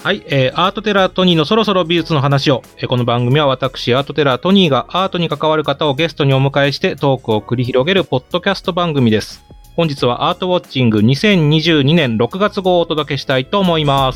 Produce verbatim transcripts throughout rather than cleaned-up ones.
はい、えー、アートテラートニーのそろそろ美術の話を、えー、この番組は私アートテラートニーがアートに関わる方をゲストにお迎えしてトークを繰り広げるポッドキャスト番組です。本日はアートウォッチングにせんにじゅうにねんろくがつ号をお届けしたいと思います。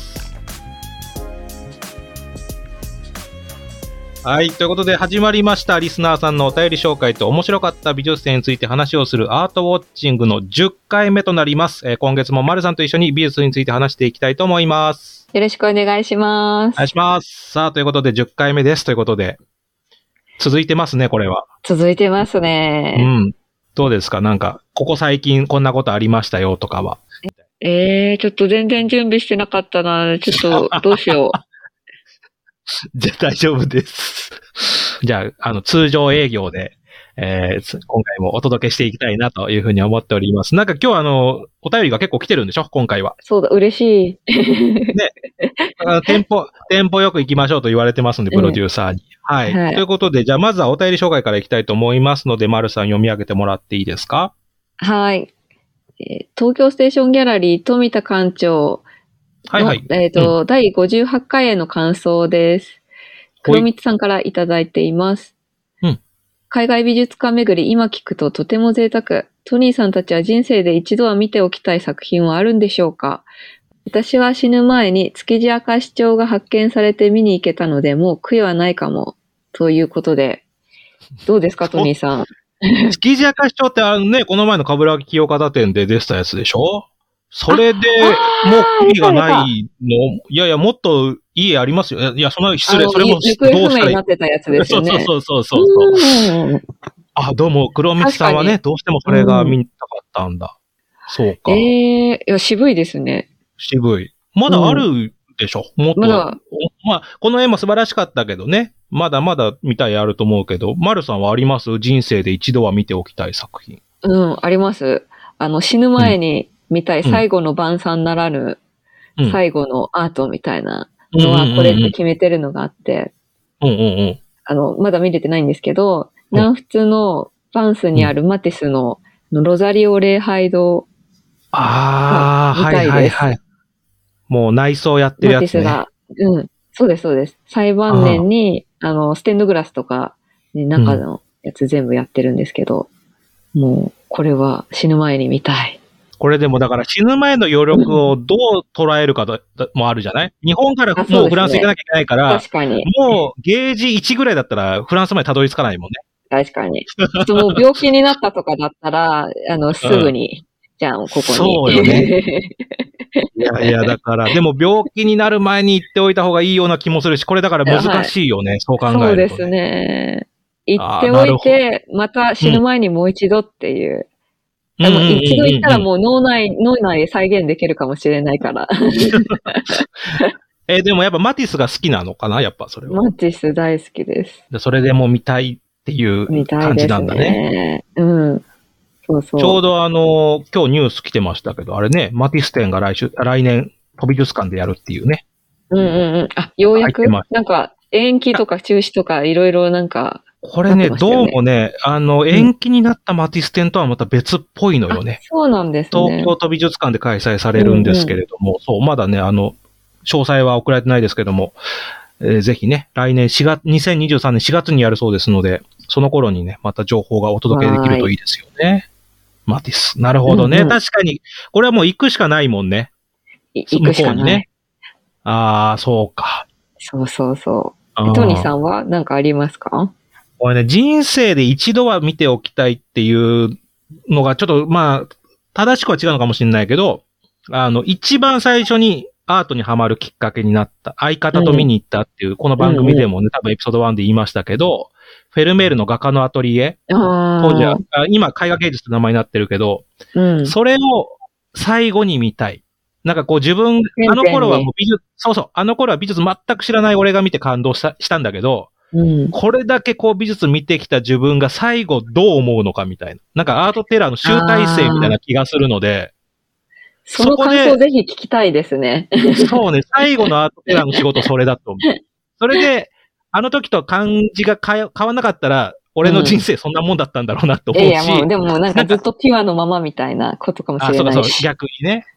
はい、ということで始まりましたリスナーさんのお便り紹介と面白かった美術展について話をするアートウォッチングのじゅっかいめとなります。えー、今月も丸さんと一緒に美術について話していきたいと思います。 よろしくお願いします。 お願いします。さあ、ということでじゅっかいめですということで、続いてますね、これは。 続いてますね。 うん。どうですか？なんか、ここ最近こんなことありましたよとかは。 えー、ちょっと全然準備してなかったな。ちょっと、どうしよう。 じゃあ大丈夫です。じゃあ、あの、通常営業で、えー、今回もお届けしていきたいなというふうに思っております。なんか今日あの、お便りが結構来てるんでしょ？今回は。 そうだ、嬉しい。 ね。テンポ、テンポよく行きましょうと言われてますので、プロデューサーに。うんはい。はい。ということで、じゃあまずはお便り紹介からいきたいと思いますので、丸さん読み上げてもらっていいですか？ はい。えー、東京ステーションギャラリー富田館長の、はいはい。えっと、うん、だいごじゅうはちかいへの感想です。黒光さんからいただいています。うん。海外美術館巡り、今聞くととても贅沢。トニーさんたちは人生で一度は見ておきたい作品はあるんでしょうか？私は死ぬ前に築地明石町が発見されて見に行けたので、もう悔いはないかも。ということで、どうですか、トニーさん。 築地明石町ってあのね、この前の冠城清方展で出てたやつでしょ？それで、もう悔いがないの？いやいや、もっと家ありますよ。いや、その失礼、それもどうしたらいい？ 行方不明になってたやつですよね。 そうそうそうそうそう。あ、どうも、黒光さんはね、どうしてもそれが見たかったんだ。そうか。 ええー、いや、渋いですね。 渋い。まだあるでしょ、うん、もっと。まだ。まあ、この絵も素晴らしかったけどね。まだまだ見たいあると思うけど、丸さんはあります？人生で一度は見ておきたい作品。 うん、あります。あの、死ぬ前に見たい最後の晩餐ならぬ、うん、最後のアートみたいなのは、これって決めてるのがあって、 うんうんうん。 あの、まだ見れてないんですけど、うん、南仏のバンスにあるマティスの、うん、ロザリオ礼拝堂。 ああ、はいはいはい。もう内装やってるやつね。 マティスが、うん、そうですそうです。最晩年に、あの、ステンドグラスとか、ね、中のやつ全部やってるんですけど、うん、もう、これは死ぬ前に見たい。 これでもだから死ぬ前の余力をどう捉えるかもあるじゃない？日本からもうフランス行かなきゃいけないから、 確かに。 もうゲージいちぐらいだったらフランスまでたどり着かないもんね。 確かに。もう病気になったとかだったら、あの、すぐに、うん、じゃあ、ここに。 そうよね。いやいや、だから、でも病気になる前に行っておいた方がいいような気もするし、これだから難しいよね、はい、そう考えると、ね。 そうですね。行っておいて、また死ぬ前にもう一度っていう。でも一度行ったらもう脳内、脳内で再現できるかもしれないから。 え、でもやっぱマティスが好きなのかな？やっぱそれは。 マティス大好きです。 でそれでも見たいっていう感じなんだね。 見たいですね。うん。そうそう。 ちょうどあの、今日ニュース来てましたけど、あれね、マティス展が来週、来年、都美術館でやるっていうね。 うんうんうん。あ、ようやくなんか、延期とか中止とかいろいろなんか、 これね、どうもね、あの、延期になったマティス展とはまた別っぽいのよね。 うん、そうなんですね。 東京都美術館で開催されるんですけれども、うんうん、そう、まだね、あの、詳細は送られてないですけども、えー、ぜひね、来年しがつ、にせんにじゅうさんねんしがつにやるそうですので、その頃にね、また情報がお届けできるといいですよね。マティス。なるほどね、うんうん。確かに、これはもう行くしかないもんね。 行くしかない。ね、 ああ、そうか。 そうそうそう。トニーさんは何かありますか？ これね、人生で一度は見ておきたいっていうのがちょっと、まあ、正しくは違うのかもしれないけど、あの、一番最初にアートにハマるきっかけになった、相方と見に行ったっていう、うん、この番組でもね、多分エピソードワンで言いましたけど、フェルメールの画家のアトリエ、当時は、今絵画芸術って名前になってるけど、うん、それを最後に見たい。なんかこう自分、あの頃はもう美術、そうそう、あの頃は美術全く知らない俺が見て感動した、したんだけど、うん、これだけこう美術見てきた自分が最後どう思うのかみたいな。なんかアートテラーの集大成みたいな気がするので、 その感想ぜひ聞きたいですね。 そうね、最後のアートテラーの仕事それだと思う。それで、あの時と感じが変わんなかったら、俺の人生そんなもんだったんだろうなと思うし。うん、 いやいやもう、でもなんかずっとピュアのままみたいなことかもしれないし。 あ、そうそう、逆にね。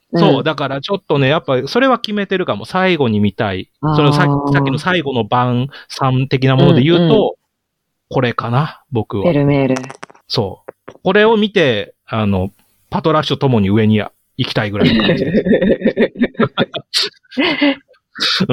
そう、だからちょっとね、やっぱそれは決めてるかも。最後に見たい。それをささっきの最後の晩餐的なもので言うと、うんうん、これかな、僕は。 フェルメール。 そう。これを見て、あの、パトラッシュともに上に行きたいぐらいの感じです。うん。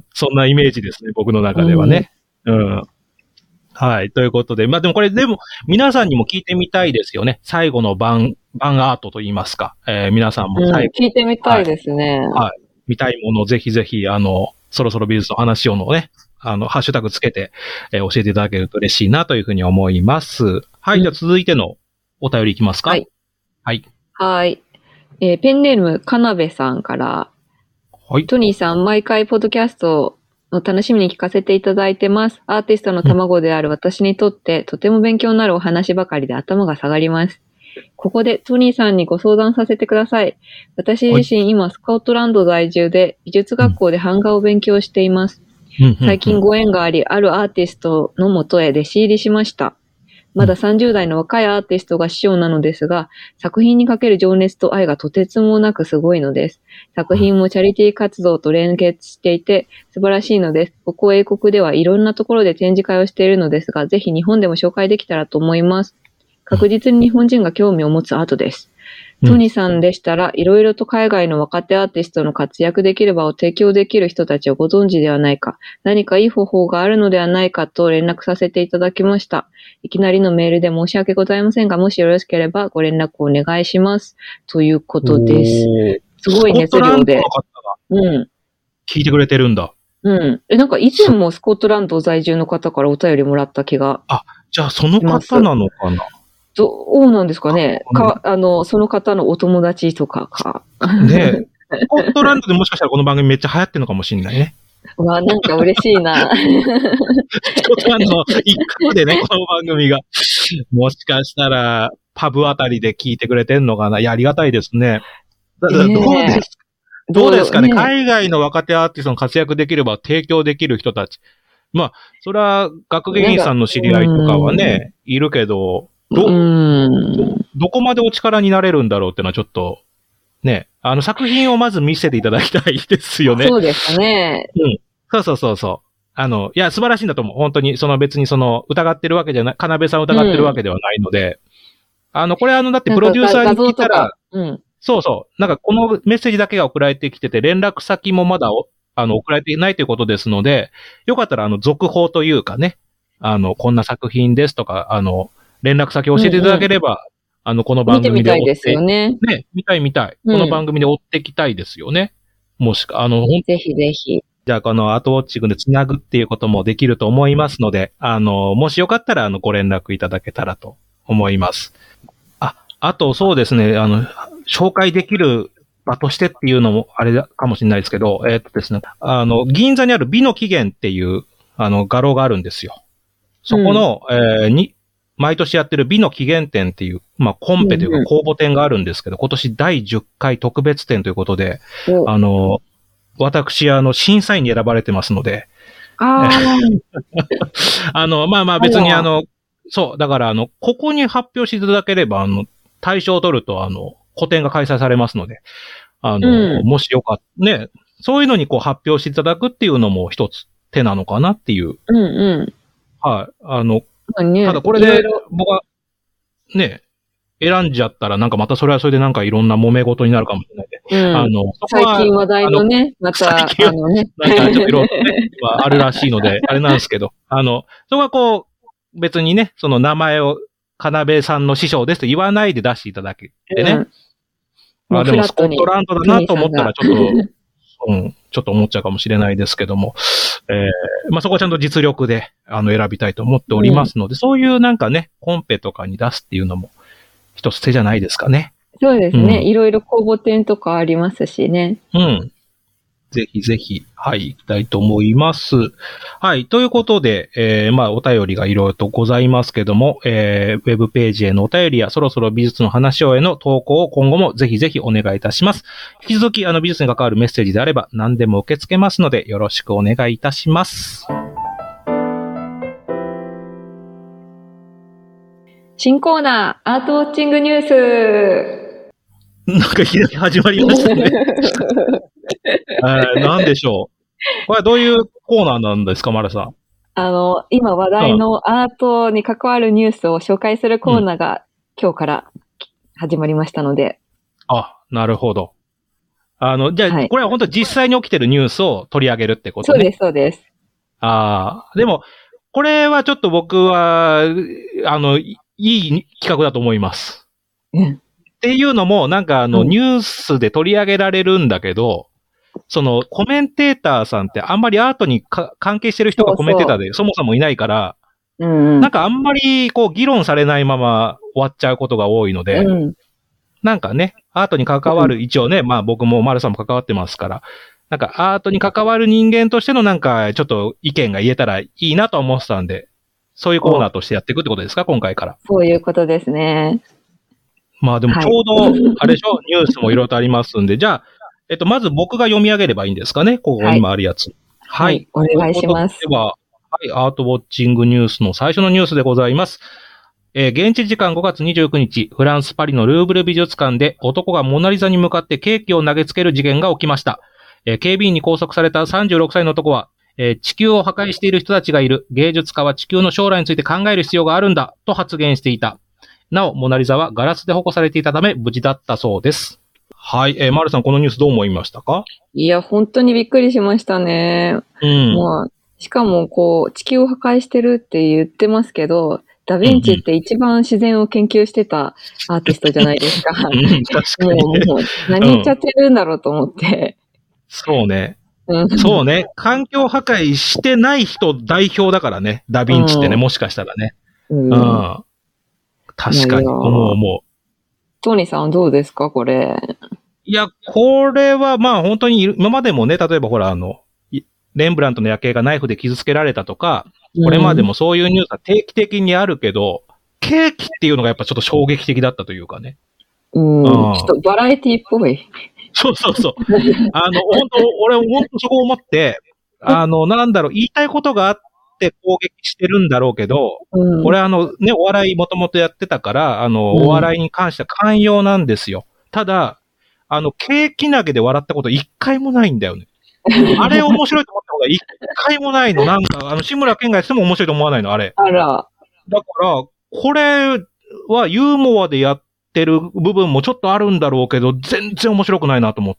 そんなイメージですね、僕の中ではね。うん、うんはい。ということで。まあでもこれでも皆さんにも聞いてみたいですよね。最後の晩、晩アートと言いますか。えー、皆さんも最後、うん、 聞いてみたいですね。 はい。はい、見たいものをぜひぜひ、あの、そろそろ美術の話をのね、あの、ハッシュタグつけて、えー、教えていただけると嬉しいなというふうに思います。はい。じゃあ続いてのお便りいきますか。はい。はい。 はい。えー、ペンネーム、かなべさんから。はい。トニーさん、毎回ポッドキャストを楽しみに聞かせていただいてます。アーティストの卵である私にとって、うん、とても勉強になるお話ばかりで頭が下がります。ここでトニーさんにご相談させてください。私自身今スコットランド在住で美術学校で版画を勉強しています。最近ご縁があり、あるアーティストのもとへ弟子入りしました。まださんじゅう代の若いアーティストが師匠なのですが、作品にかける情熱と愛がとてつもなくすごいのです。作品もチャリティー活動と連結していて素晴らしいのです。ここ英国ではいろんなところで展示会をしているのですが、ぜひ日本でも紹介できたらと思います。確実に日本人が興味を持つアートです。トニーさんでしたら、いろいろと海外の若手アーティストの活躍できる場を提供できる人たちをご存知ではないか、何かいい方法があるのではないかと連絡させていただきました。いきなりのメールで申し訳ございませんが、もしよろしければご連絡お願いします。ということです。すごい熱量で。 うん。聞いてくれてるんだ。 うん。え、なんか以前もスコットランド在住の方からお便りもらった気が。 あ、じゃあその方なのかな。 どうなんですかね。か、あの、その方のお友達とかか。 ねえ。スコットランドでもしかしたらこの番組めっちゃ流行ってるのかもしれないね。 わあ、なんか嬉しいな。 スコットランドの一角でね、この番組が。もしかしたら、パブあたりで聞いてくれてんのかな。いや、ありがたいですね。だどうですか、どうですかね、ね。海外の若手アーティストの活躍できれば提供できる人たち。まあ、それは学芸員さんの知り合いとかはね、いるけど、ど、ど、どこまでお力になれるんだろうってのはちょっと、ね、あの作品をまず見せていただきたいですよね。 そうですね。 うん。そうそうそうそう。あの、いや、素晴らしいんだと思う。本当に、その別にその、疑ってるわけじゃない、かなべさんを疑ってるわけではないので、うん、あの、これあの、だってプロデューサーに聞いたら、うん、そうそう。なんかこのメッセージだけが送られてきてて、連絡先もまだあの、送られていないということですので、よかったらあの、続報というかね、あの、こんな作品ですとか、あの、連絡先を教えていただければ、うんうん、あの、この番組で追って。 見てみたいですよね。 ね、見たい見たい。この番組で追っていきたいですよね。うん、もしか、あの、 ぜひぜひ。 じゃあ、このアートウォッチングでつなぐっていうこともできると思いますので、あの、もしよかったら、あの、ご連絡いただけたらと思います。あ、あと、そうですね、あの、紹介できる場としてっていうのも、あれかもしれないですけど、えー、っとですね、あの、銀座にある美の起源っていう、あの、画廊があるんですよ。そこの、うん、えー、に、毎年やってる美の起源展っていう、まあ、コンペというか公募展があるんですけど、うんうん、今年だいじゅっかい特別展ということで、あの、私、あの、審査員に選ばれてますので、 ああの、まあまあ別にあの、そう、だからあの、ここに発表していただければ、あの、大賞を取ると、あの、個展が開催されますので、あの、うん、もしよかった、ね、そういうのにこう発表していただくっていうのも一つ手なのかなっていう。 うんうん。 はい。あの、ね、ただこれで、僕は、ね、選んじゃったらなんかまたそれはそれでなんかいろんな揉め事になるかもしれないで。 うん、あの、最近話題のね、また、 あのね。なんかちょっといろいろね、あるらしいので、あれなんですけど、あの、そこはこう、別にね、その名前を、かなべさんの師匠ですと言わないで出していただけてね。うん、あでもスコットランドだなと思ったらちょっと、うん、ちょっと思っちゃうかもしれないですけども、えー、まあ、そこはちゃんと実力で、あの、選びたいと思っておりますので、うん、そういうなんかね、コンペとかに出すっていうのも、一つ手じゃないですかね。 そうですね。うん、いろいろ公募展とかありますしね。 うん。ぜひぜひ、はい、行きたいと思います。はい。ということで、えー、まあ、お便りがいろいろとございますけども、えー、ウェブページへのお便りや、そろそろ美術の話をへの投稿を今後もぜひぜひお願いいたします。引き続き、あの、美術に関わるメッセージであれば、何でも受け付けますので、よろしくお願いいたします。 新コーナー、アートウォッチングニュース。 なんかいきなり始まりましたね。えー、なんでしょう。これはどういうコーナーなんですか、マラさん。 あの、今話題のアートに関わるニュースを紹介するコーナーが今日から始まりましたので。 うん、あ、なるほど。あの、じゃあ、はい、これは本当実際に起きてるニュースを取り上げるってことね。 そうです、そうです。 ああ、でも、これはちょっと僕は、あの、いい企画だと思います。 うん。 っていうのも、なんかあの、うん、ニュースで取り上げられるんだけど、その、コメンテーターさんってあんまりアートにか関係してる人がコメンテーターでそもそもいないから、 そうそう、うんうん、 なんかあんまりこう議論されないまま終わっちゃうことが多いので、うん、なんかね、アートに関わる、一応ね、まあ僕も丸さんも関わってますから、なんかアートに関わる人間としてのなんかちょっと意見が言えたらいいなと思ってたんで、そういうコーナーとしてやっていくってことですか、今回から。 そういうことですね。 まあでもちょうど、あれでしょ、ニュースもいろいろとありますんで、じゃあ、えっと、まず僕が読み上げればいいんですかね、ここに今あるやつ。 はい。はい、お願いします。 では、はい、アートウォッチングニュースの最初のニュースでございます。えー、現地時間ごがつにじゅうくにち、フランス・パリのルーブル美術館で男がモナリザに向かってケーキを投げつける事件が起きました。えー、警備員に拘束されたさんじゅうろくさいの男は、えー、地球を破壊している人たちがいる。芸術家は地球の将来について考える必要があるんだ。と発言していた。なお、モナリザはガラスで保護されていたため無事だったそうです。はい。えー、マルさん、このニュースどう思いましたか？ いや、本当にびっくりしましたね。うん。まあ、しかも、こう、地球を破壊してるって言ってますけど、ダヴィンチって一番自然を研究してたアーティストじゃないですか。 うん、確かに、ね。 もう、もう何言っちゃってるんだろうと思って。 うん、そうね。そうね。環境破壊してない人代表だからね。ダヴィンチってね、もしかしたらね。うん。うん、確かに、思う思う。 トニーさんどうですか、これ。 いや、これはまあ本当に今までもね、例えばほらあの、レンブラントの夜景がナイフで傷つけられたとか、これまでもそういうニュースは定期的にあるけど、ケーキっていうのがやっぱちょっと衝撃的だったというかね。 うん。うん、ちょっとバラエティっぽい。 そうそうそう。あの、本当俺本当そこ思って、あの、なんだろう、言いたいことがあって攻撃してるんだろうけど、うん、俺あの、ね、お笑いもともとやってたから、あの、お笑いに関しては寛容なんですよ。ただ、あの、ケーキ投げで笑ったこと一回もないんだよね。あれ面白いと思ったことが一回もないの。なんか、あの、志村けんがやっても面白いと思わないの、あれ。 あら。 だから、これはユーモアでやってる部分もちょっとあるんだろうけど、全然面白くないなと思って。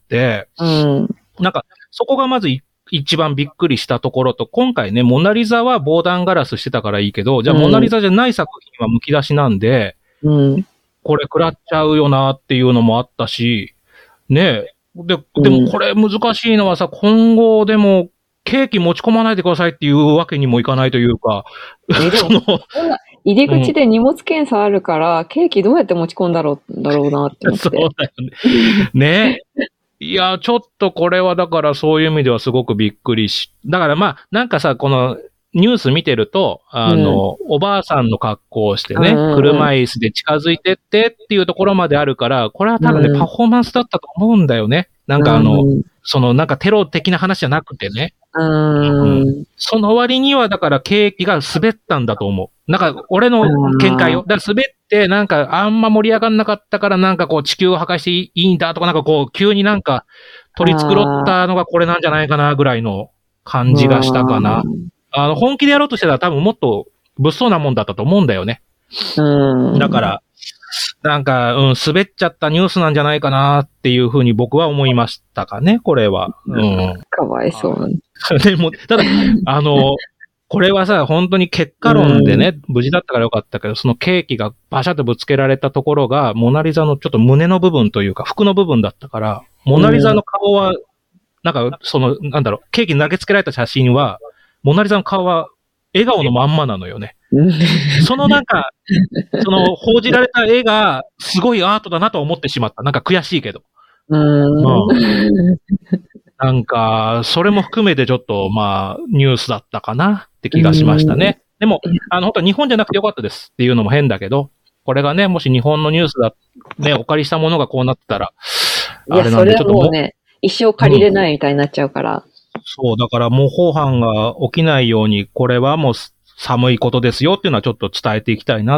うん。 なんか、そこがまず一番びっくりしたところと、今回ね、モナリザは防弾ガラスしてたからいいけど、じゃあモナリザじゃない作品は剥き出しなんで、 うん。 これ食らっちゃうよなっていうのもあったし、ねえ。で、でもこれ難しいのはさ、うん、今後でもケーキ持ち込まないでくださいっていうわけにもいかないというか、 その入り口で荷物検査あるから、うん、ケーキどうやって持ち込んだろう、だろうなって思って。 そうだよね。ね。いや、ちょっとこれはだからそういう意味ではすごくびっくりし、だからまあ、なんかさ、このニュース見てると、あの、うん、おばあさんの格好をしてね、うんうんうん、車椅子で近づいてってっていうところまであるから、これは多分ね、うん、パフォーマンスだったと思うんだよね。なんかあの、うん、そのなんかテロ的な話じゃなくてね。 うんうん、 その割にはだからケーキが滑ったんだと思う。なんか俺の見解よ。だから滑ってなんかあんま盛り上がんなかったからなんかこう地球を破壊していいんだとかなんかこう急になんか取り繕ったのがこれなんじゃないかなぐらいの感じがしたかな。あの本気でやろうとしてたら多分もっと物騒なもんだったと思うんだよね。 うんだから、なんか、うん、滑っちゃったニュースなんじゃないかなっていうふうに僕は思いましたかね、これは。うん。 かわいそうに。 でも、ただ、あの、これはさ、本当に結果論でね、無事だったからよかったけど、そのケーキがバシャッとぶつけられたところが、モナリザのちょっと胸の部分というか、服の部分だったから、モナリザの顔は、なんか、その、なんだろう、ケーキに投げつけられた写真は、モナリザの顔は笑顔のまんまなのよね。そのなんか、その報じられた絵がすごいアートだなと思ってしまった。なんか悔しいけど。 うん、 まあ、なんか、それも含めてちょっと、まあ、ニュースだったかなって気がしましたね。でも、あの、本当は日本じゃなくてよかったですっていうのも変だけど、これがね、もし日本のニュースだ、ね、お借りしたものがこうなってたら、 あれなんでちょっともう。いや、それはもうね、一生借りれないみたいになっちゃうから。 うん、そう、だから模倣犯が起きないように、これはもう、寒いことですよっていうのはちょっと伝えていきたいなと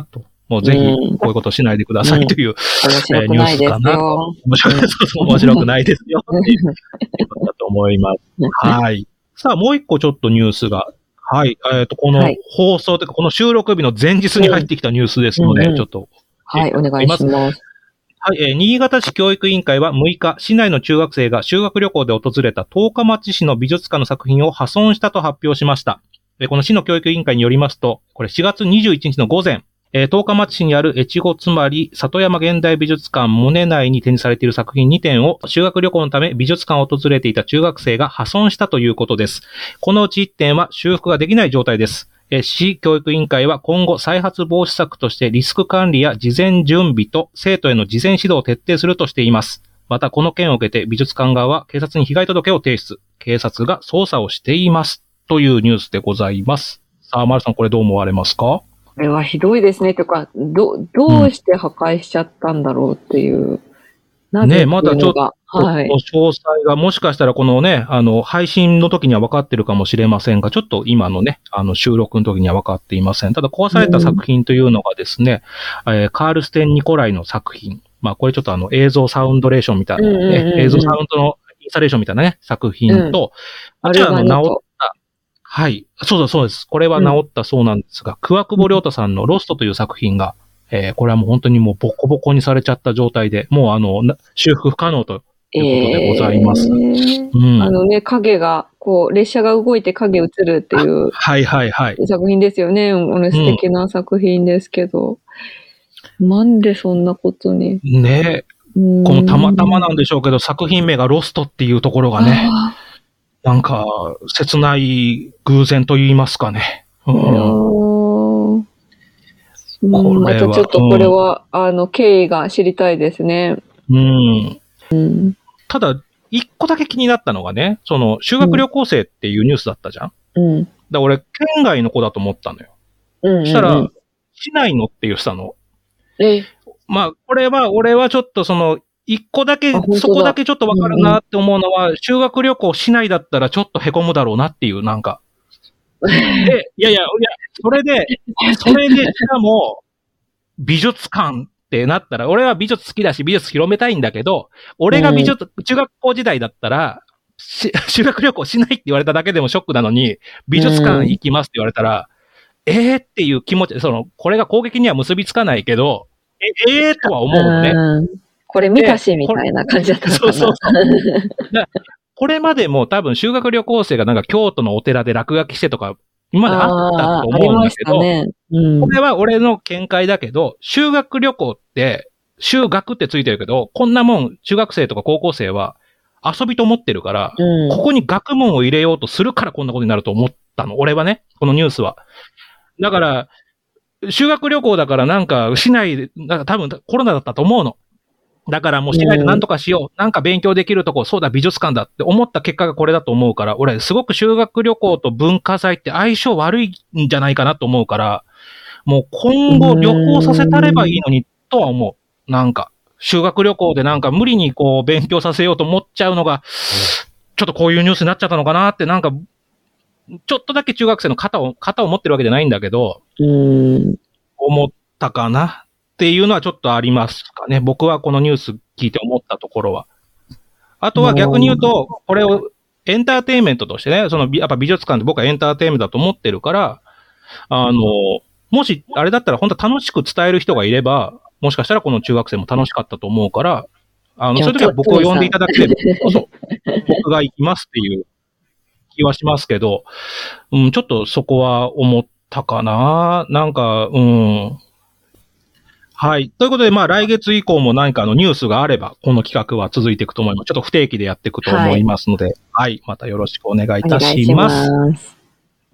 もうぜひ、こういうことしないでくださいという、うん、 面白くないですよ。えー、 面白く、そうそう、面白くないですよ。っていうことだと思います。はい。さあ、もう一個ちょっとニュースが、はい。えっ、ー、と、この放送というか、この収録日の前日に入ってきたニュースですので、うんうん、ちょっと。 はい、お願いします。 はい、えー、新潟市教育委員会はむいか、市内の中学生が修学旅行で訪れた十日町市の美術館の作品を破損したと発表しました。この市の教育委員会によりますと、これしがつにじゅういちにちの午前、十日町市にある越後つまり里山現代美術館モネ内に展示されている作品にてんを修学旅行のため美術館を訪れていた中学生が破損したということです。このうちいってんは修復ができない状態です。市教育委員会は今後再発防止策としてリスク管理や事前準備と生徒への事前指導を徹底するとしています。またこの件を受けて美術館側は警察に被害届を提出。警察が捜査をしています。というニュースでございます。さあ、丸さんこれどう思われますか？ これはひどいですね。というか、ど、どうして破壊しちゃったんだろうっていう。うん、 なぜね、まだちょっと、はい、詳細がもしかしたらこのね、あの、配信の時には分かってるかもしれませんが、ちょっと今のね、あの、収録の時には分かっていません。ただ壊された作品というのがですね、うん、えー、カールステン・ニコライの作品。まあ、これちょっとあの、映像サウンドレーションみたいなね、うんうんうん、映像サウンドのインスタレーションみたいなね、作品と、うん、あちらの直った、はい。そうだそうです。これは直ったそうなんですが、うん、桑久保亮太さんのロストという作品が、えー、これはもう本当にもうボコボコにされちゃった状態で、もうあの、修復不可能ということでございます。えーうん、あのね、影が、こう、列車が動いて影映るっていう。 はいはいはい。 作品ですよね。素敵な作品ですけど。うん、なんでそんなことに。 ねえ。このたまたまなんでしょうけど、作品名がロストっていうところがね、なんか、切ない偶然と言いますかね。うん、 うん、またちょっとこれは、うん、あの、経緯が知りたいですね。 うん。うん、ただ、一個だけ気になったのがね、その、修学旅行生っていうニュースだったじゃん。うん。だから俺、県外の子だと思ったのよ。うんうんうん。そしたら、市内のって言ってたの。えまあ、これは、俺はちょっとその、一個だけ、そこだけちょっとわかるなって思うのは、うんうん、修学旅行市内だったらちょっと凹むだろうなっていう、なんか。で、いやいや、いや、それで、それで、しかも、美術館ってなったら、俺は美術好きだし、美術広めたいんだけど、俺が美術、うん、中学校時代だったら、修学旅行しないって言われただけでもショックなのに、美術館行きますって言われたら、うん、えーっていう気持ち、その、これが攻撃には結びつかないけど、え、えーとは思うのね。 うんこれ見たし、みたいな感じだったのかな。そうそうそうこれまでも多分修学旅行生がなんか京都のお寺で落書きしてとか、今まであったと思うんだけど、ねうん、これは俺の見解だけど、修学旅行って、修学ってついてるけど、こんなもん中学生とか高校生は遊びと思ってるから、うん、ここに学問を入れようとするからこんなことになると思ったの。俺はね、このニュースは。だから、修学旅行だからなんか市内、なんか多分コロナだったと思うの。だからもう市内で何とかしよう、うん。なんか勉強できるとこ、そうだ美術館だって思った結果がこれだと思うから、俺すごく修学旅行と文化祭って相性悪いんじゃないかなと思うから、もう今後旅行させたればいいのにとは思う。なんか、修学旅行でなんか無理にこう勉強させようと思っちゃうのが、ちょっとこういうニュースになっちゃったのかなってなんか、ちょっとだけ中学生の肩を、肩を持ってるわけじゃないんだけど、うん思ったかなっていうのはちょっとありますかね。僕はこのニュース聞いて思ったところは。あとは逆に言うと、これをエンターテインメントとしてね、そのやっぱ美術館って僕はエンターテインメントだと思ってるから、あの、もしあれだったら本当楽しく伝える人がいれば、もしかしたらこの中学生も楽しかったと思うから、あの、そういう時は僕を呼んでいただければ、そうそう、僕が行きますっていう気はしますけど、うん、ちょっとそこは思ったかな。なんか、うん。はい。ということで、まあ、来月以降も何かのニュースがあれば、この企画は続いていくと思います。ちょっと不定期でやっていくと思いますので、はい、はい、またよろしくお願いいたします。お願いします。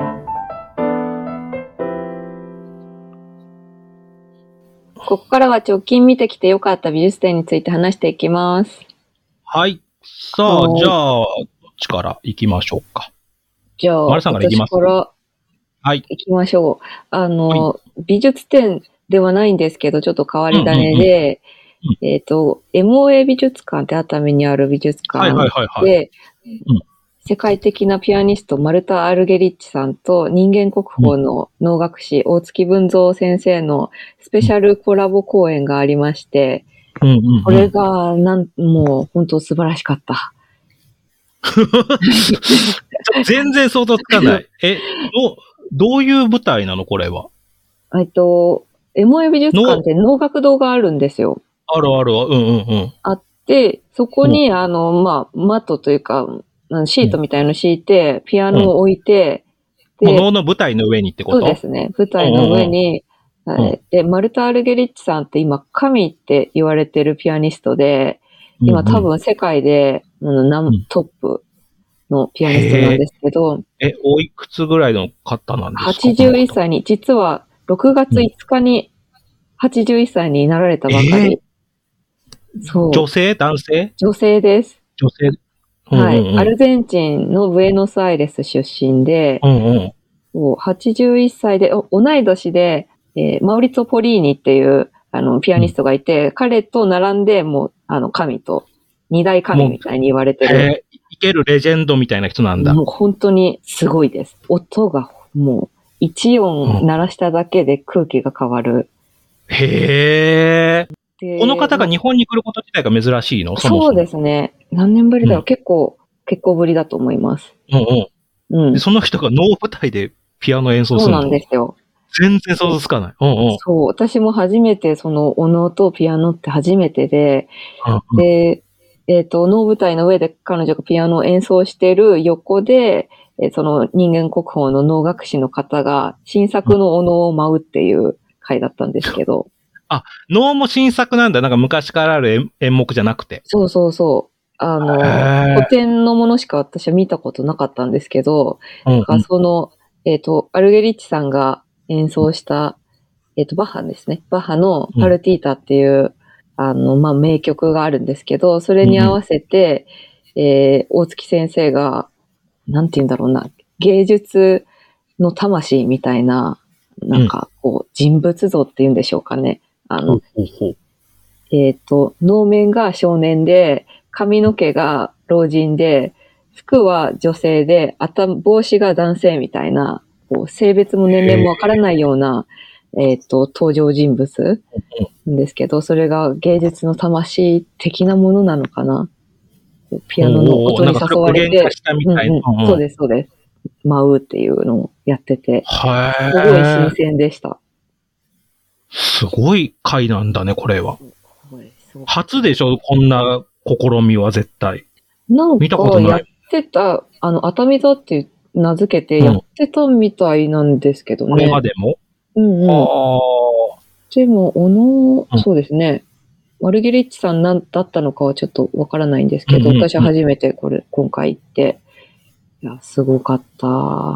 ここからは直近見てきてよかった美術展について話していきます。 はい。さあ、じゃあ、どっちから行きましょうか。 じゃあ、 丸さんから行きますか。 私からはい。行きましょう。あの、はい、美術展ではないんですけど、ちょっと変わり種で、うんうんうん、えっと、エムオーエー 美術館って熱海にある美術館で、 世界的なピアニスト、マルタ・アルゲリッチさんと人間国宝の能楽師、大月文蔵先生のスペシャルコラボ公演がありまして、 うんうんうん、 これがなん、もう本当素晴らしかった。 全然想像つかない。え、ど、どういう舞台なのこれは。 えっと、エモエ美術館って能楽堂があるんですよ。 あるある、うんうんうん。 あって、そこに、うん、あの、まあ、マットというか、シートみたいの敷いて、うん、ピアノを置いて、 うん、で、能の舞台の上にってこと？ そうですね。舞台の上に、うんうんうん、で、マルタ・アルゲリッチさんって今、神って言われてるピアニストで、今多分世界で、うんうん、トップのピアニストなんですけど。 え、おいくつぐらいの方なんですか？ はちじゅういっさいに、実はろくがついつかにはちじゅういっさいになられたばかり。 えー、そう。女性？男性？ 女性です。 女性。 うんうんうん、はい。アルゼンチンのブエノスアイレス出身で、 うんうん、はちじゅういっさいで、同い年で、えー、マウリツォ・ポリーニっていうあのピアニストがいて、うん、彼と並んで、もう、あの、神と、二大神みたいに言われてる。 えー、いけるレジェンドみたいな人なんだ。 もう本当にすごいです。音がもう、一音鳴らしただけで空気が変わる。 うん、へー。この方が日本に来ること自体が珍しいの？そもそも。 そうですね。何年ぶりだろう、うん、結構、結構ぶりだと思います。 うんうん。うん、その人が能舞台でピアノ演奏するの？ そうなんですよ。 全然想像つかない。うんうん。 そう、私も初めて、その、お能とピアノって初めてで、うんうん、で、えっと、能舞台の上で彼女がピアノを演奏している横で、えその人間国宝の能楽師の方が新作のお能を舞うっていう回だったんですけど。 あ、能も新作なんだ。なんか昔からある演目じゃなくて。 そうそうそう。あの、古典のものしか私は見たことなかったんですけど、うんうん、その、えっと、アルゲリッチさんが演奏した、えっと、バッハですね。バッハのパルティータっていう、うん、あの、まあ、名曲があるんですけど、それに合わせて、うん、えー、大月先生が、なんて言うんだろうな、芸術の魂みたいな、なんか、こう、人物像っていうんでしょうかね。あの、えっと、能面が少年で、髪の毛が老人で、服は女性で、頭、帽子が男性みたいな、こう、性別も年齢もわからないような、えっと、登場人物なんですけど、それが芸術の魂的なものなのかな。ピアノの音に誘われて、そうです、そうです。舞うっていうのをやってて、すごい新鮮でした。 すごい回なんだね、これは。初でしょ、こんな試みは絶対。 なんかやってた、あの、熱海座って名付けてやってたみたいなんですけどね。これまでも？ うんうん。でも、おの、そうですね。マルゲリッチさんなんだったのかはちょっとわからないんですけど、うんうんうん、私は初めてこれ、今回行って、いや、すごかった。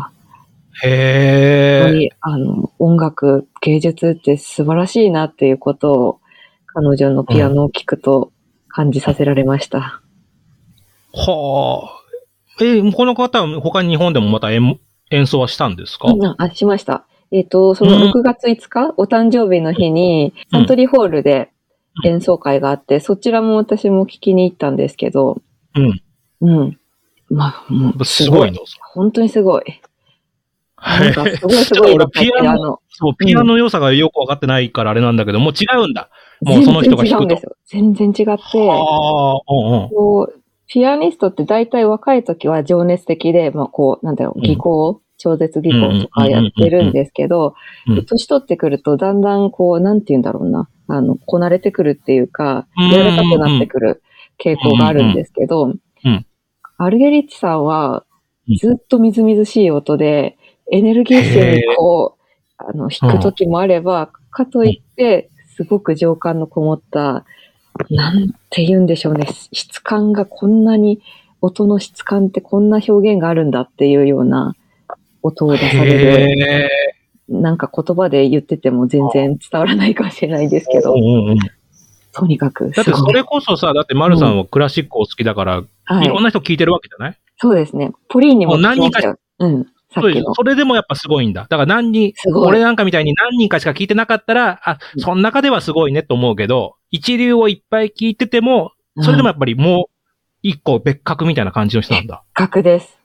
へー。 本当に、あの、音楽、芸術って素晴らしいなっていうことを、彼女のピアノを聴くと感じさせられました。 うん、はあ。えー、この方は他に日本でもまた 演, 演奏はしたんですか？ うん、あ、しました。えっと、そのろくがついつか、うん、お誕生日の日に、サントリーホールで演奏会があって、うん、そちらも私も聴きに行ったんですけど、 うん。 うん。まあ、もうすごいの。 本当にすごい。なんかすごいすごい俺ピアノ、そう、ピアノの良さがよくわかってないからあれなんだけど、もう違うんだ。もうその人が弾くと。 全然違うんですよ。全然違って、 あうんうん、 こうピアニストって大体若い時は情熱的で、まあこう、なんだろう、技巧、うん、超絶技巧とかやってるんですけど、年取ってくるとだんだんこう、なんて言うんだろうな、あの、こなれてくるっていうか、柔らかくなってくる傾向があるんですけど、うんうん、アルゲリッチさんはずっとみずみずしい音で、エネルギッシュにこう、あの、弾く時もあれば、かといって、すごく情感のこもった、なんて言うんでしょうね、質感がこんなに、音の質感ってこんな表現があるんだっていうような音を出される。なんか言葉で言ってても全然伝わらないかもしれないですけど、うんうん、とにかくだってそれこそさ、だってマルさんはクラシックお好きだから、うん、いろんな人聞いてるわけじゃない？ そうですね。ポリーニも聞きましたよ。 何人か、 うん。 そうです。それでもやっぱすごいんだ。だから何人、俺なんかみたいに何人かしか聞いてなかったら、あ、その中ではすごいねと思うけど、一流をいっぱい聞いてても、それでもやっぱりもう一個別格みたいな感じの人なんだ。 別格です。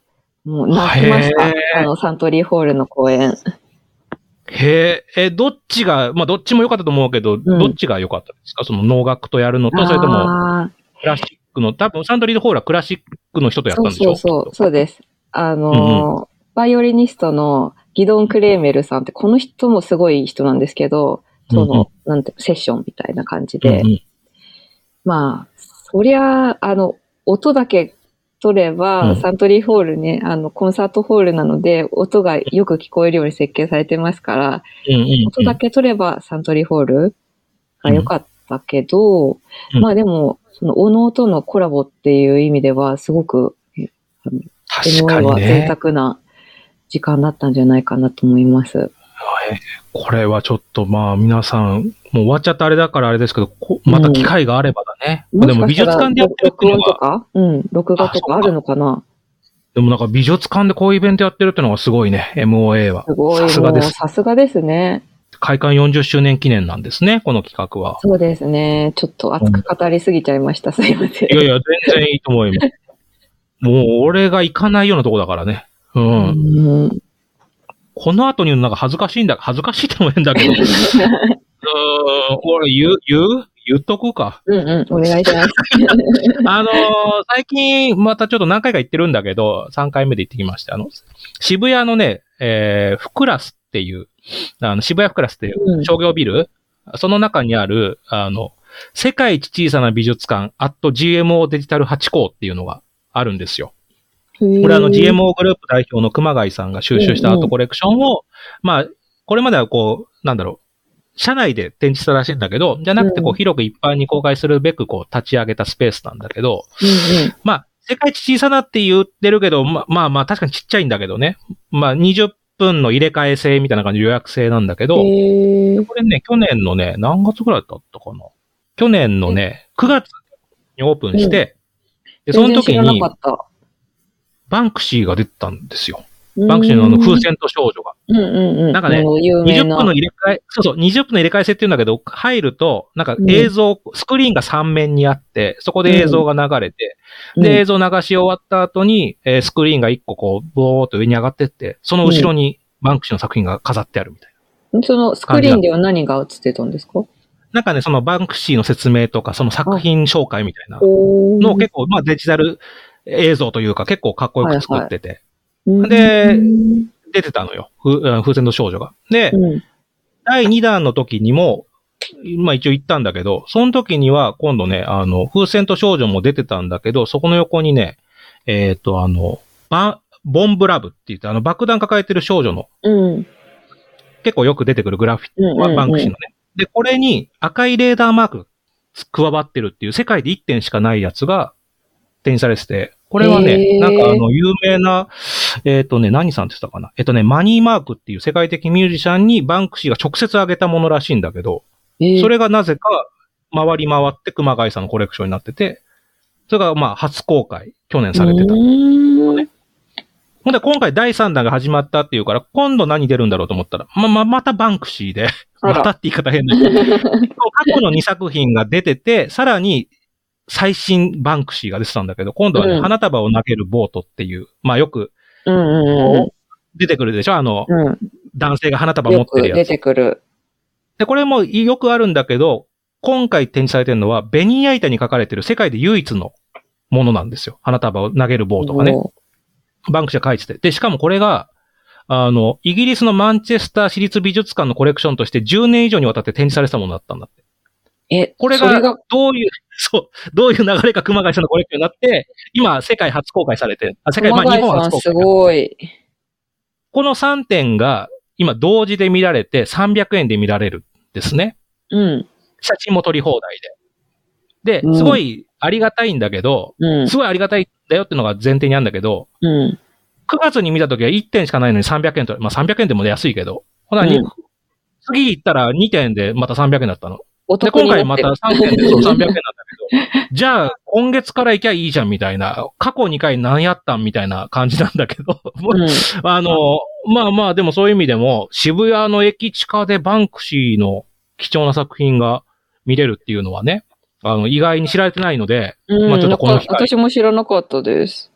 もう泣きました。あの、サントリーホールの公演。 へえ、え、どっちが、まあ、どっちも良かったと思うけど、うん、どっちが良かったですか？その能楽とやるのと、それとも、クラシックの、多分サントリーホールはクラシックの人とやったんでしょ？ そうそうそう、そうです。あのーうんうん、バイオリニストのギドン・クレーメルさんって、この人もすごい人なんですけど、その、うんうん、なんて、セッションみたいな感じで、うんうん、まあ、そりゃ、あの、音だけ取れば、うん、サントリーホールね、あの、コンサートホールなので、音がよく聞こえるように設計されてますから、うんうんうん、音だけ取ればサントリーホールが良かったけど、うん、まあでも、その、おの音のコラボっていう意味では、すごく、 確かにね、エムオーエー は贅沢な時間だったんじゃないかなと思います。 これはちょっとまあ皆さん、もう終わっちゃったあれだからあれですけど、また機会があればだね。 うん、 でも美術館でやってるっていうのが。 録音とかうん、録画とかあるのかな。 でもなんか美術館でこういうイベントやってるっていうのがすごいね、エムオーエー は。 すごい。さすがです。さすがですね。 開館よんじゅっしゅうねん記念なんですね、この企画は。 そうですね。ちょっと熱く語りすぎちゃいました。うん、すいません。 いやいや、全然いいと思います。もう俺が行かないようなとこだからね。うん。うんこの後になんか恥ずかしいんだ、恥ずかしいっても変だけど。うーん、俺言う、言う言っとくか。 うんうん、お願いします。 あのー、最近またちょっと何回か行ってるんだけど、さんかいめで行ってきました。あの、渋谷のね、えー、フクラスっていう、あの、渋谷フクラスっていう商業ビル、うん、その中にある、あの、世界一小さな美術館、アット ジーエムオー デジタルハチ公っていうのがあるんですよ。これはあの ジーエムオー グループ代表の熊谷さんが収集したアートコレクションを、うんうん、まあ、これまではこう、なんだろう、社内で展示したらしいんだけど、じゃなくてこう、広く一般に公開するべくこう、立ち上げたスペースなんだけど、うんうん、まあ、世界一小さなって言ってるけど、まあまあまあ、確かにちっちゃいんだけどね。まあ、にじゅっぷんの入れ替え制みたいな感じで予約制なんだけど、これね、去年のね、何月ぐらいだったかな。去年のね、くがつにオープンして、うん、で、その時に、バンクシーが出てたんですよ。バンクシーのあの風船と少女が。 うんうんうん、 なんかね、にじゅっぷんの入れ替え、そうそう、にじゅっぷんの入れ替え制って言うんだけど、入ると、なんか映像、うん、スクリーンがさん面にあって、そこで映像が流れて、うん、で、映像流し終わった後に、えー、スクリーンがいっここう、ボーっと上に上がってって、その後ろにバンクシーの作品が飾ってあるみたいな。 うん、そのスクリーンでは何が映ってたんですか？ なんかね、そのバンクシーの説明とか、その作品紹介みたいなのを結構、まあデジタル映像というか結構かっこよく作ってて。はいはい、で、出てたのよ。風船の少女が。で、うん、だいにだんの時にも、まあ一応行ったんだけど、その時には今度ね、あの、風船と少女も出てたんだけど、そこの横にね、えっと、あの、バボンブラブって言って、あの爆弾抱えてる少女の、うん、結構よく出てくるグラフィット、うんうんうん、バンクシーのね。で、これに赤いレーダーマーク加わってるっていう世界でいってんしかないやつが展示されてて、これはね、なんかあの、有名な、えっとね、何さんって言ったかな。えっとね、マニーマークっていう世界的ミュージシャンにバンクシーが直接あげたものらしいんだけど、それがなぜか回り回って熊谷さんのコレクションになってて、それがまあ初公開、去年されてた。ね、ほんで今回だいさんだんが始まったっていうから、今度何出るんだろうと思ったら、ま、ま、またバンクシーで、またって言い方変だけど、過去のにさく品が出てて、さらに最新バンクシーが出てたんだけど、今度はね、うん、花束を投げるボートっていう、まあよく、出てくるでしょあの、うん、男性が花束持ってるやつ。 よく出てくる。 で、これもよくあるんだけど、今回展示されてるのは、ベニヤ板に書かれてる世界で唯一のものなんですよ。花束を投げるボートがね。バンクシーが書いてて。で、しかもこれが、あの、イギリスのマンチェスター市立美術館のコレクションとしてじゅうねん以上にわたって展示されてたものだったんだって。 え、 これが、どういう、そう、どういう流れか熊谷さんのコレクションになって、今、世界初公開されて、あ、世界、まあ、日本初公開。 すごい。 このさんてんが、今、同時で見られて、さんびゃくえんで見られるんですね。 うん。 写真も撮り放題で。で、すごいありがたいんだけど、うん、すごいありがたいんだよってのが前提にあるんだけど、うん、くがつに見たときはいってんしかないのにさんびゃくえんと、まあさんびゃくえんでも安いけど、ほな、うん、次行ったらにてんでまたさんびゃくえんだったの。で、今回またさんてんでそうさんびゃくえんなんだけど、じゃあ今月から行きゃいいじゃんみたいな、過去にかい何やったんみたいな感じなんだけど、うん、あの、まあまあでもそういう意味でも、渋谷の駅地下でバンクシーの貴重な作品が見れるっていうのはね、あの、意外に知られてないので、 うん、まあちょっとこの機会。私も知らなかったです。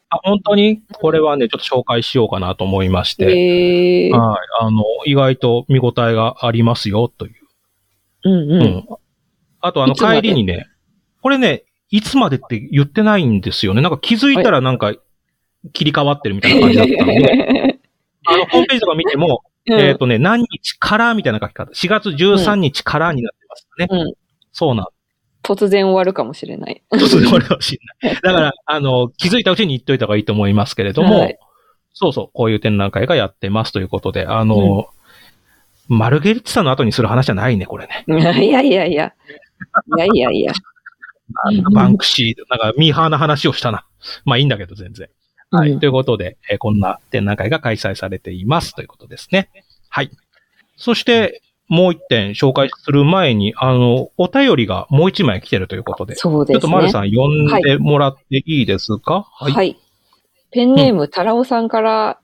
あ、本当にこれはね、ちょっと紹介しようかなと思いまして。 へー。 はい。あの、意外と見応えがありますよ、という。 うんうん。うん、 あと、あの、帰りにね、これね、いつまでって言ってないんですよね。なんか気づいたらなんか切り替わってるみたいな感じだったんで、あの、ホームページとか見ても、うん、えっ、ー、とね、何日からみたいな書き方。しがつじゅうさんにちからになってますね。うん。そうなん。 突然終わるかもしれない。 突然終わるかもしれない。だから、あの、気づいたうちに言っといた方がいいと思いますけれども、はい、そうそう、こういう展覧会がやってますということで、あの、うん、マルゲリッチさんの後にする話じゃないね、これね。 いやいやいや。いやいやいや。 バンクシー、なんかミーハーな話をしたな。まあいいんだけど、全然。はい。うん、ということで、えー、こんな展覧会が開催されていますということですね。はい。そして、もう一点紹介する前に、あの、お便りがもう一枚来てるということで。 そうですね。 ちょっと丸さん読んでもらっていいですか？ はい。はい、ペンネーム、うん、タラオさんから、はい。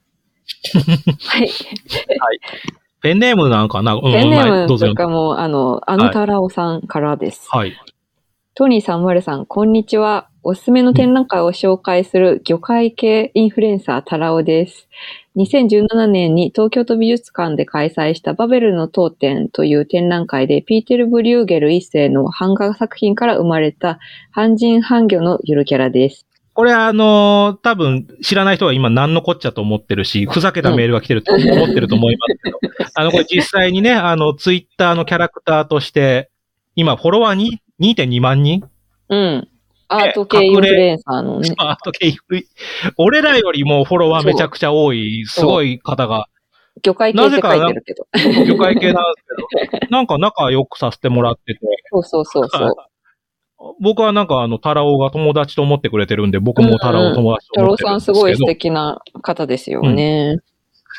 はい。 ペンネームなんかな、うん、 ペンネームとかも、あの、あのタラオさんからです。 はい。 トニーさん、マルさん、こんにちは。おすすめの展覧会を紹介する魚介系インフルエンサータラオです。にせんじゅうななねんに東京都美術館で開催したバベルの当店という展覧会でピーテル・ブリューゲル一世の版画作品から生まれた半人半魚のゆるキャラです。 これあのー、多分知らない人は今何のこっちゃと思ってるし、ふざけたメールが来てると思ってると思いますけど、うん、あの、これ実際にね、あの、ツイッターのキャラクターとして、今フォロワーに にてんにまんにんうん。アート系インフルエンサーのね。 アート系インフルエンサー。俺らよりもフォロワーめちゃくちゃ多い、すごい方が。 魚介系って書いてるけど。 魚介系なんですけど。なんか仲良くさせてもらってて。 そうそうそうそう。 僕はなんかあの、タラオが友達と思ってくれてるんで、僕もタラオ友達と思ってるんですけど。タラオさんすごい素敵な方ですよね。うん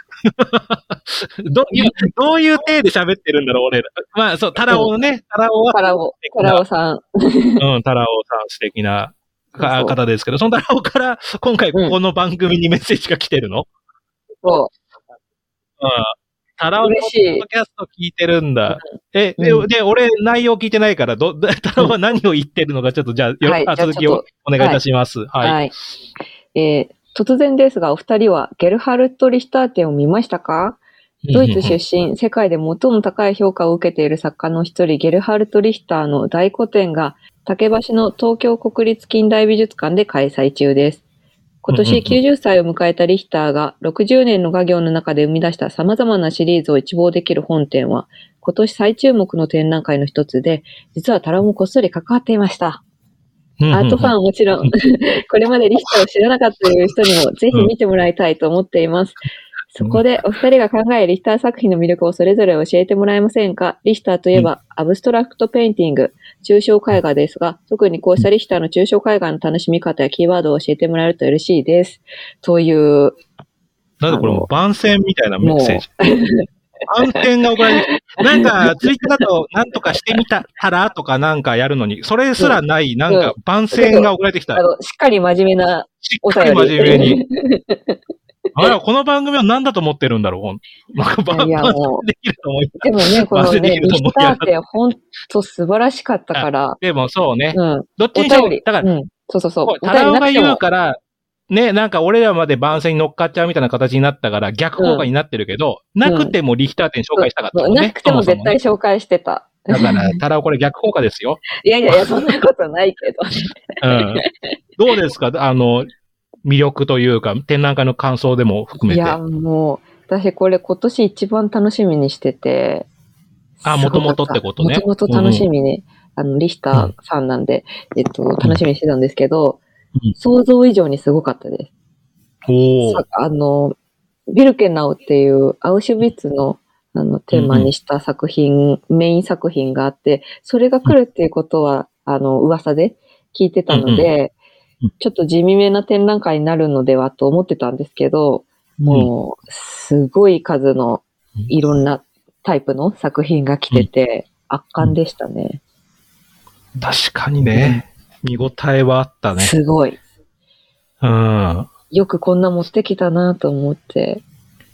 どういう、どういう体で喋ってるんだろう、俺ら。まあ、そう、タラオのね、タラオは。 タラオ、タラオさん。 うん、タラオさん素敵な方ですけど、そのタラオから今回この番組にメッセージが来てるの？ そう。 うん。タラオのポッドキャスト聞いてるんだ。え、で、で、俺内容聞いてないから、ど、タラオは何を言ってるのか、ちょっとじゃあ、はい、続きをお願いいたします。はい。はい。 えー突然ですが、お二人はゲルハルト・リヒター展を見ましたか？ドイツ出身、世界で最も高い評価を受けている作家の一人、ゲルハルト・リヒターの大個展が、竹橋の東京国立近代美術館で開催中です。今年きゅうじゅっさいを迎えたリヒターが、ろくじゅうねんの画業の中で生み出した様々なシリーズを一望できる本展は、今年最注目の展覧会の一つで、実はタラもこっそり関わっていました。アートファンはもちろん、これまでリヒターを知らなかったという人にもぜひ見てもらいたいと思っています。そこでお二人が考えるリヒター作品の魅力をそれぞれ教えてもらえませんか？リヒターといえばアブストラクトペインティング、抽象絵画ですが、特にこうしたリヒターの抽象絵画の楽しみ方やキーワードを教えてもらえると嬉しいです。という。 なんでこれも番宣みたいなメッセージ。番宣が送られてきて、なんか、ツイッターだと、なんとかしてみたらとかなんかやるのに、それすらない、なんか、番宣が送られてきた。 あの、しっかり真面目なお便り。しっかり真面目に。あれ、この番組は何だと思ってるんだろう。なんか番宣できると思います。 でもね、このね、リヒターって本当素晴らしかったから。 でもそうね。 うん。 どっちにしろ、だから、 うん、そうそうそう。 タラオが言うから、ね、なんか俺らまで番宣に乗っかっちゃうみたいな形になったから逆効果になってるけど、うん、なくてもリヒター展紹介したかったもんね、 うん。なくても絶対紹介してた。 だから、タラオこれ逆効果ですよ。 いやいやいや、そんなことないけど。うん。どうですか？あの、魅力というか、展覧会の感想でも含めて。 いや、もう、私これ今年一番楽しみにしてて。 あ、もともとってことね。 もともと楽しみに、うん、あの、リヒターさんなんで、うん、えっと、楽しみにしてたんですけど、うん、想像以上にすごかったです。 おあの、ビルケナウっていうアウシュビッツのあのテーマにした作品、うん、メイン作品があって、それが来るっていうことは、あの、噂で聞いてたので、うんうん、ちょっと地味めな展覧会になるのではと思ってたんですけど、うん、もう、すごい数のいろんなタイプの作品が来てて、圧巻でしたね。 確かにね。見応えはあったね。 すごい。 うん。 よくこんな持ってきたなと思って。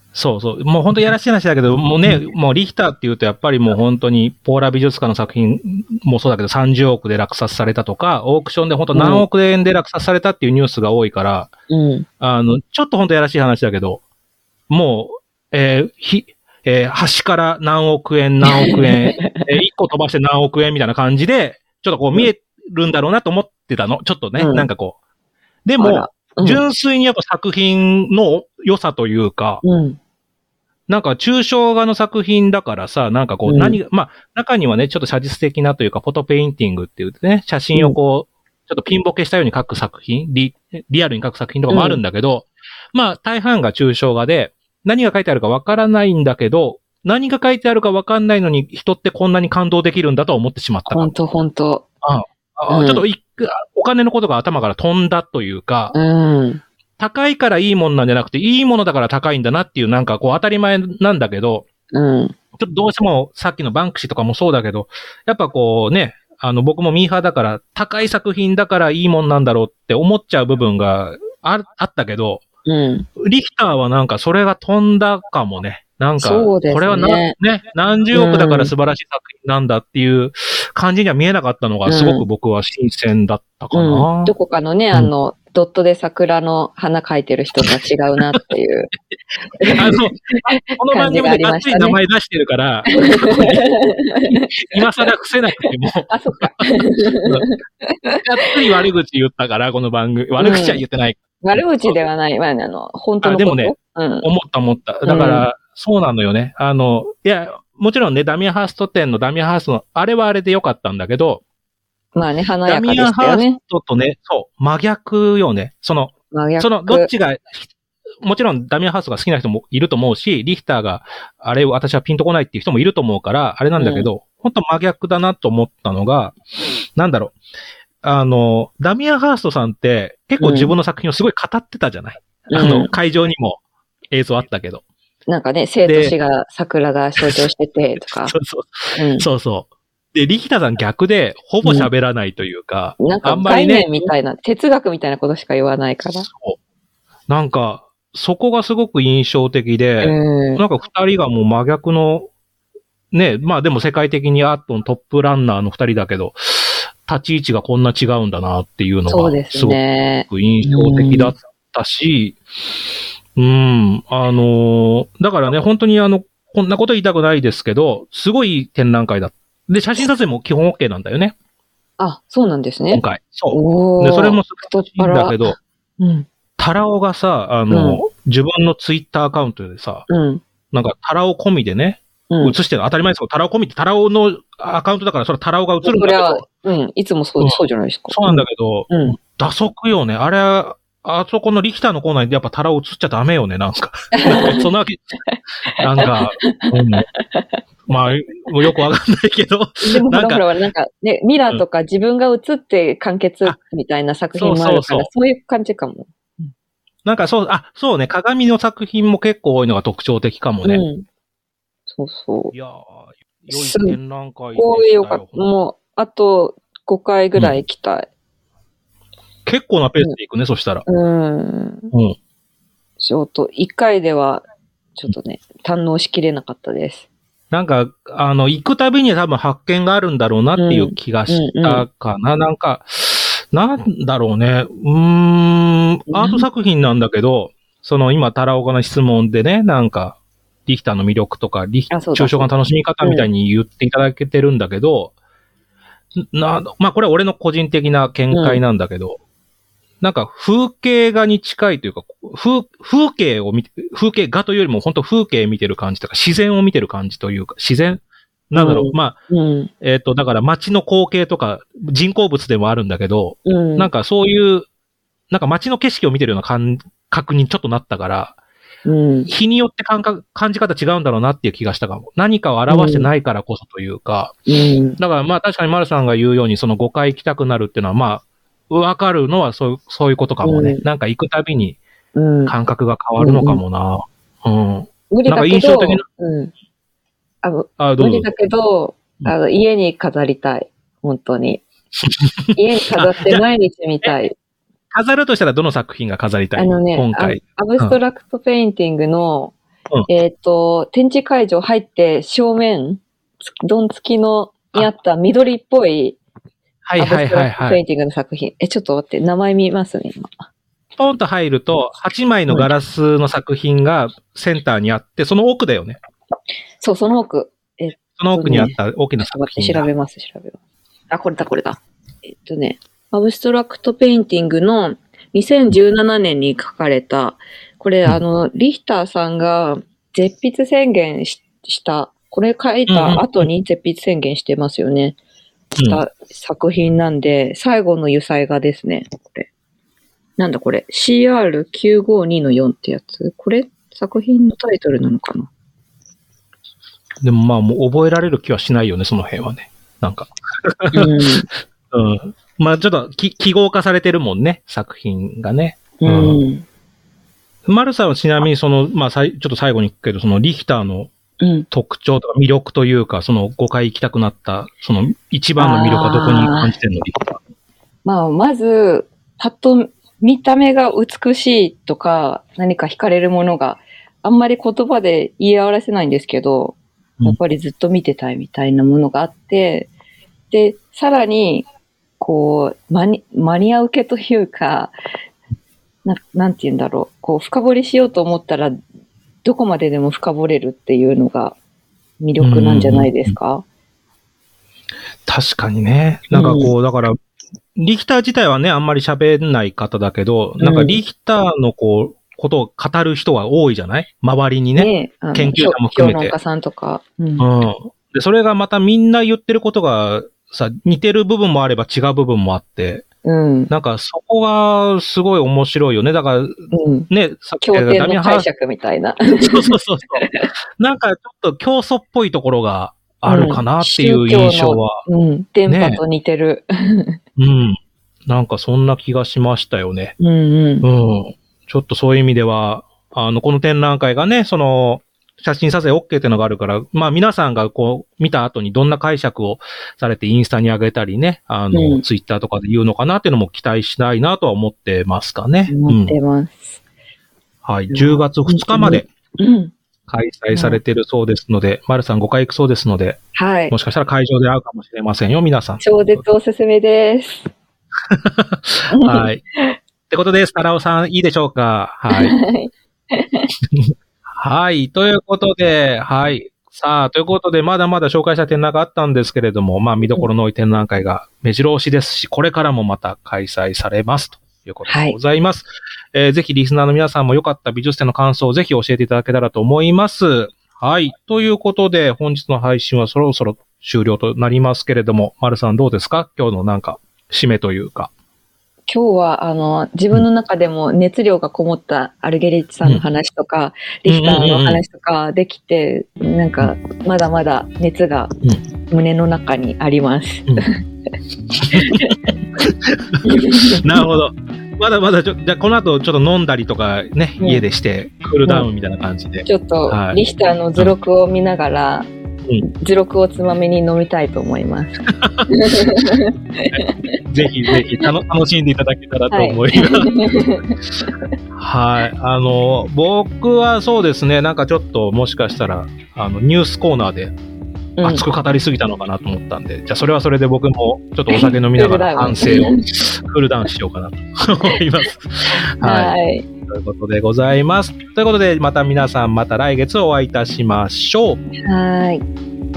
そうそう。もう本当やらしい話だけど、もうね、もうリヒターって言うとやっぱりもう本当にポーラ美術館の作品もそうだけどさんじゅうおくで落札されたとか、オークションで本当何億円で落札されたっていうニュースが多いから、 うん、 あの、ちょっと本当やらしい話だけど、もう、えー、ひ、えー、端から何億円何億円、えー、いっこ飛ばして何億円みたいな感じで、ちょっとこう見えるんだろうなと思ってたの。ちょっとね、うん、なんかこう。でも、うん、純粋にやっぱ作品の良さというか、うん、なんか抽象画の作品だからさ、なんかこう何、うん、まあ中にはね、ちょっと写実的なというか、フォトペインティングって言ってね、写真をこう、ちょっとピンボケしたように描く作品、リ、リアルに描く作品とかもあるんだけど、うん、まあ大半が抽象画で、何が書いてあるかわからないんだけど、何が書いてあるかわかんないのに人ってこんなに感動できるんだと思ってしまった。 ほんとほんと。 ああ、うん、ちょっといお金のことが頭から飛んだというか、 うん、 高いからいいもんなんじゃなくて、いいものだから高いんだなっていう、なんかこう当たり前なんだけど、 うん、 ちょっとどうしてもさっきのバンクシーとかもそうだけど、やっぱこうね、あの僕もミーハーだから高い作品だからいいもんなんだろうって思っちゃう部分が あ, あったけど、 うん、 リヒターはなんかそれが飛んだかもね。なんか、 そうですね、 これはな、ね、何十億だから素晴らしい作品なんだっていう感じには見えなかったのがすごく僕は新鮮だったかな。 うんうん、どこかのね、あの、ドットで桜の花描いてる人とは違うなっていう。 あの、この番組でがっつり名前出してるから、今更伏せなくても。 あ、そっか。 がっつり悪口言ったから、この番組。悪口は言ってない。 うん、悪口ではない。まあ、あの、本当のこと。 でもね、うん、思った思った。だから、うん、そうなのよね。あの、いや、もちろんね、ダミアンハースト展のダミアンハーストの、あれはあれで良かったんだけど、 まあね、華やかでしたよね。 ダミアンハーストとね、そう、真逆よね。その、 真逆。 その、どっちが、もちろんダミアンハーストが好きな人もいると思うし、リヒターが、あれ私はピンとこないっていう人もいると思うから、あれなんだけど、うん、本当真逆だなと思ったのが、なんだろう。あの、ダミアンハーストさんって結構自分の作品をすごい語ってたじゃない、うん、あの、会場にも映像あったけど。 なんかね、生と死が桜が象徴しててとか。 そうそう。うん、そうそう。で、リヒタさん逆で、ほぼ喋らないというか、 うん、なんか概念みたいな、哲学みたいなことしか言わないから。 そう。なんか、そこがすごく印象的で、なんか二人がもう真逆の、ね、まあでも世界的にアートのトップランナーの二人だけど、立ち位置がこんな違うんだなっていうのが、すごく印象的だったし、うん、あのー、だからね、本当にあの、こんなこと言いたくないですけど、すごい展覧会だ。で、写真撮影も基本 OK なんだよね。 あ、そうなんですね。 今回。そう。で、それもすごいいいんだけど、 うん。 タラオがさ、あの、うん、自分のツイッターアカウントでさ、 うん、 なんかタラオ込みでね、 うん、 映してるの当たり前ですけど、タラオ込みってタラオのアカウントだから、それタラオが映るんだけど。 うん、いつもそう、うん、そうじゃないですか。 そうなんだけど、 うん、 打足よね。あれ、あそこのリヒターのコーナーにやっぱタラオ映っちゃダメよね、なんか。そのわけ、なんか、うん、まあ、よくわかんないけど。 でも、なんか、なんかね、ミラーとか自分が映って完結みたいな作品もあるから、そうそうそう、そういう感じかも。 なんかそう、あ、そうね、鏡の作品も結構多いのが特徴的かもね。 うん、そうそう。 いやー、良い展覧会でしたよ。 すごいよかった。もう、あとごかいぐらい行きたい。 うん、結構なペースで行くね、うん、そしたら。 うん。うん。ちょっと、いっかいでは、ちょっとね、堪能しきれなかったです。 なんか、あの、行くたびに多分発見があるんだろうなっていう気がしたかな。うんうんうん、なんか、なんだろうね。うーん、アート作品なんだけど、その今、タラオカの質問でね、なんか、リヒターの魅力とか、リヒ抽象画の楽しみ方みたいに言っていただけてるんだけど、うん、な、まあこれは俺の個人的な見解なんだけど、うん、なんか風景画に近いというか、風、風景を見て、風景画というよりも本当風景見てる感じとか、自然を見てる感じというか、自然なんだろう。うん、まあ、 うん、 えっ、ー、と、だから街の光景とか人工物でもあるんだけど、 うん、 なんかそういう、なんか街の景色を見てるような感覚にちょっとなったから、 うん、 日によって感覚、感じ方違うんだろうなっていう気がしたかも。何かを表してないからこそというか、 うん、 だからまあ確かに丸さんが言うようにそのごかい行きたくなるっていうのはまあ、わかるのはそういう、そういうことかもね。うん、なんか行くたびに感覚が変わるのかもな。うん。うん、 無理だけど、 なんか印象的な。 うん。あの、 あ、どうぞ。 無理だけど、あの、家に飾りたい。本当に。家に飾って毎日見たい。 飾るとしたらどの作品が飾りたい？ あのね、 今回。 アブストラクトペインティングの、 うん、えっ、ー、と、展示会場入って正面、ドン付きのにあった緑っぽいアブストラクトペインティングの作品。はいはいはいはい、え、ちょっと待って、名前見ますね、今。 ポンと入ると、はちまいのガラスの作品がセンターにあって、その奥だよね。 そう、その奥。 えっとね、その奥にあった大きな作品が。 調べます、調べます。あ、これだ、これだ。えっとね、アブストラクトペインティングのにせんじゅうななねんに書かれた、これ、うん、あの、リヒターさんが絶筆宣言 し, した、これ書いた後に絶筆宣言してますよね。うん、した作品なんで、最後の油彩画ですね、これ。なんだこれ シーアールきゅうごにのよん ってやつ、これ作品のタイトルなのかな。 でもまあもう覚えられる気はしないよね、その辺はね。なんか。うん。うん。まあちょっと記号化されてるもんね、作品がね。うん。うん、マルさんはちなみにその、まあちょっと最後に聞くけど、そのリヒターの特徴とか魅力というか、うん、そのごかい行きたくなった、その一番の魅力はどこに感じてるの、リヒター。 まあまず、パッと見た目が美しいとか、何か惹かれるものがあんまり言葉で言い表せないんですけど、やっぱりずっと見てたいみたいなものがあって、で、さらに、こう、マニ、マニア受けというか、な、なんて言うんだろう、こう、深掘りしようと思ったら、どこまででも深掘れるっていうのが魅力なんじゃないですか？ 確かにね。なんかこう、うん、だから、リヒター自体はね、あんまり喋んない方だけど、なんかリヒターのこう、ことを語る人が多いじゃない？周りにね。ね、研究者も含めて。 評論家さんとか、 うん。うん。で、それがまたみんな言ってることがさ、似てる部分もあれば違う部分もあって、うん。なんかそこがすごい面白いよね。だから、うん、ね、 さっき言ったダミアン解釈みたいな。 そうそうそうそう。なんかちょっと競争っぽいところがあるかなっていう印象は。 うん。うん、電波と似てる、 ね。うん。なんかそんな気がしましたよね。 うんうん。 うん。ちょっとそういう意味では、あの、この展覧会がね、その、写真撮影 OK っていうのがあるから、まあ皆さんがこう、見た後にどんな解釈をされてインスタに上げたりね、あの、うん、ツイッターとかで言うのかなっていうのも期待したいなとは思ってますかね。 思ってます。 うん、はい。じゅうがつふつかまで開催されているそうですので、うん、丸さんごかい行くそうですので、 はい。 もしかしたら会場で会うかもしれませんよ、皆さん。 超絶おすすめです。 はい。ってことです。タラオさん、いいでしょうか？はい。はい。ということで、はい。さあ、ということで、まだまだ紹介した展覧会あったんですけれども、まあ、見どころの多い展覧会が目白押しですし、これからもまた開催されますということでございます。はい、えー、ぜひリスナーの皆さんも良かった美術展の感想をぜひ教えていただけたらと思います。はい。ということで、本日の配信はそろそろ終了となりますけれども、丸さんどうですか？今日のなんか、締めというか。 今日は、あの、自分の中でも熱量がこもったアルゲリッチさんの話とか、うん、リヒターの話とかできて、うんうんうん、なんか、まだまだ熱が胸の中にあります。うん、 なるほど。まだまだちょ、じゃあこの後ちょっと飲んだりとかね、うん、家でして、クールダウンみたいな感じで。 ちょっと、はい、リヒターの図録を見ながら、うん、図録をつまみに飲みたいと思います。 ぜひぜひ楽しんでいただけたらと思います。はい。はい。あの、僕はそうですね、なんかちょっともしかしたら、あの、ニュースコーナーで熱く語りすぎたのかなと思ったんで、うん、じゃあそれはそれで僕もちょっとお酒飲みながら反省をクールダウンしようかなと思います。はい。はいということでございます。ということで、また皆さんまた来月お会いいたしましょう。 はい。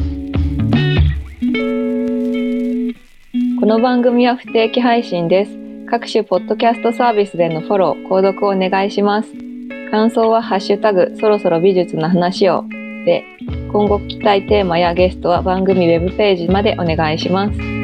この番組は不定期配信です。各種ポッドキャストサービスでのフォロー、購読をお願いします。感想はハッシュタグ、そろそろ美術の話をで、今後聞きたいテーマやゲストは番組ウェブページまでお願いします。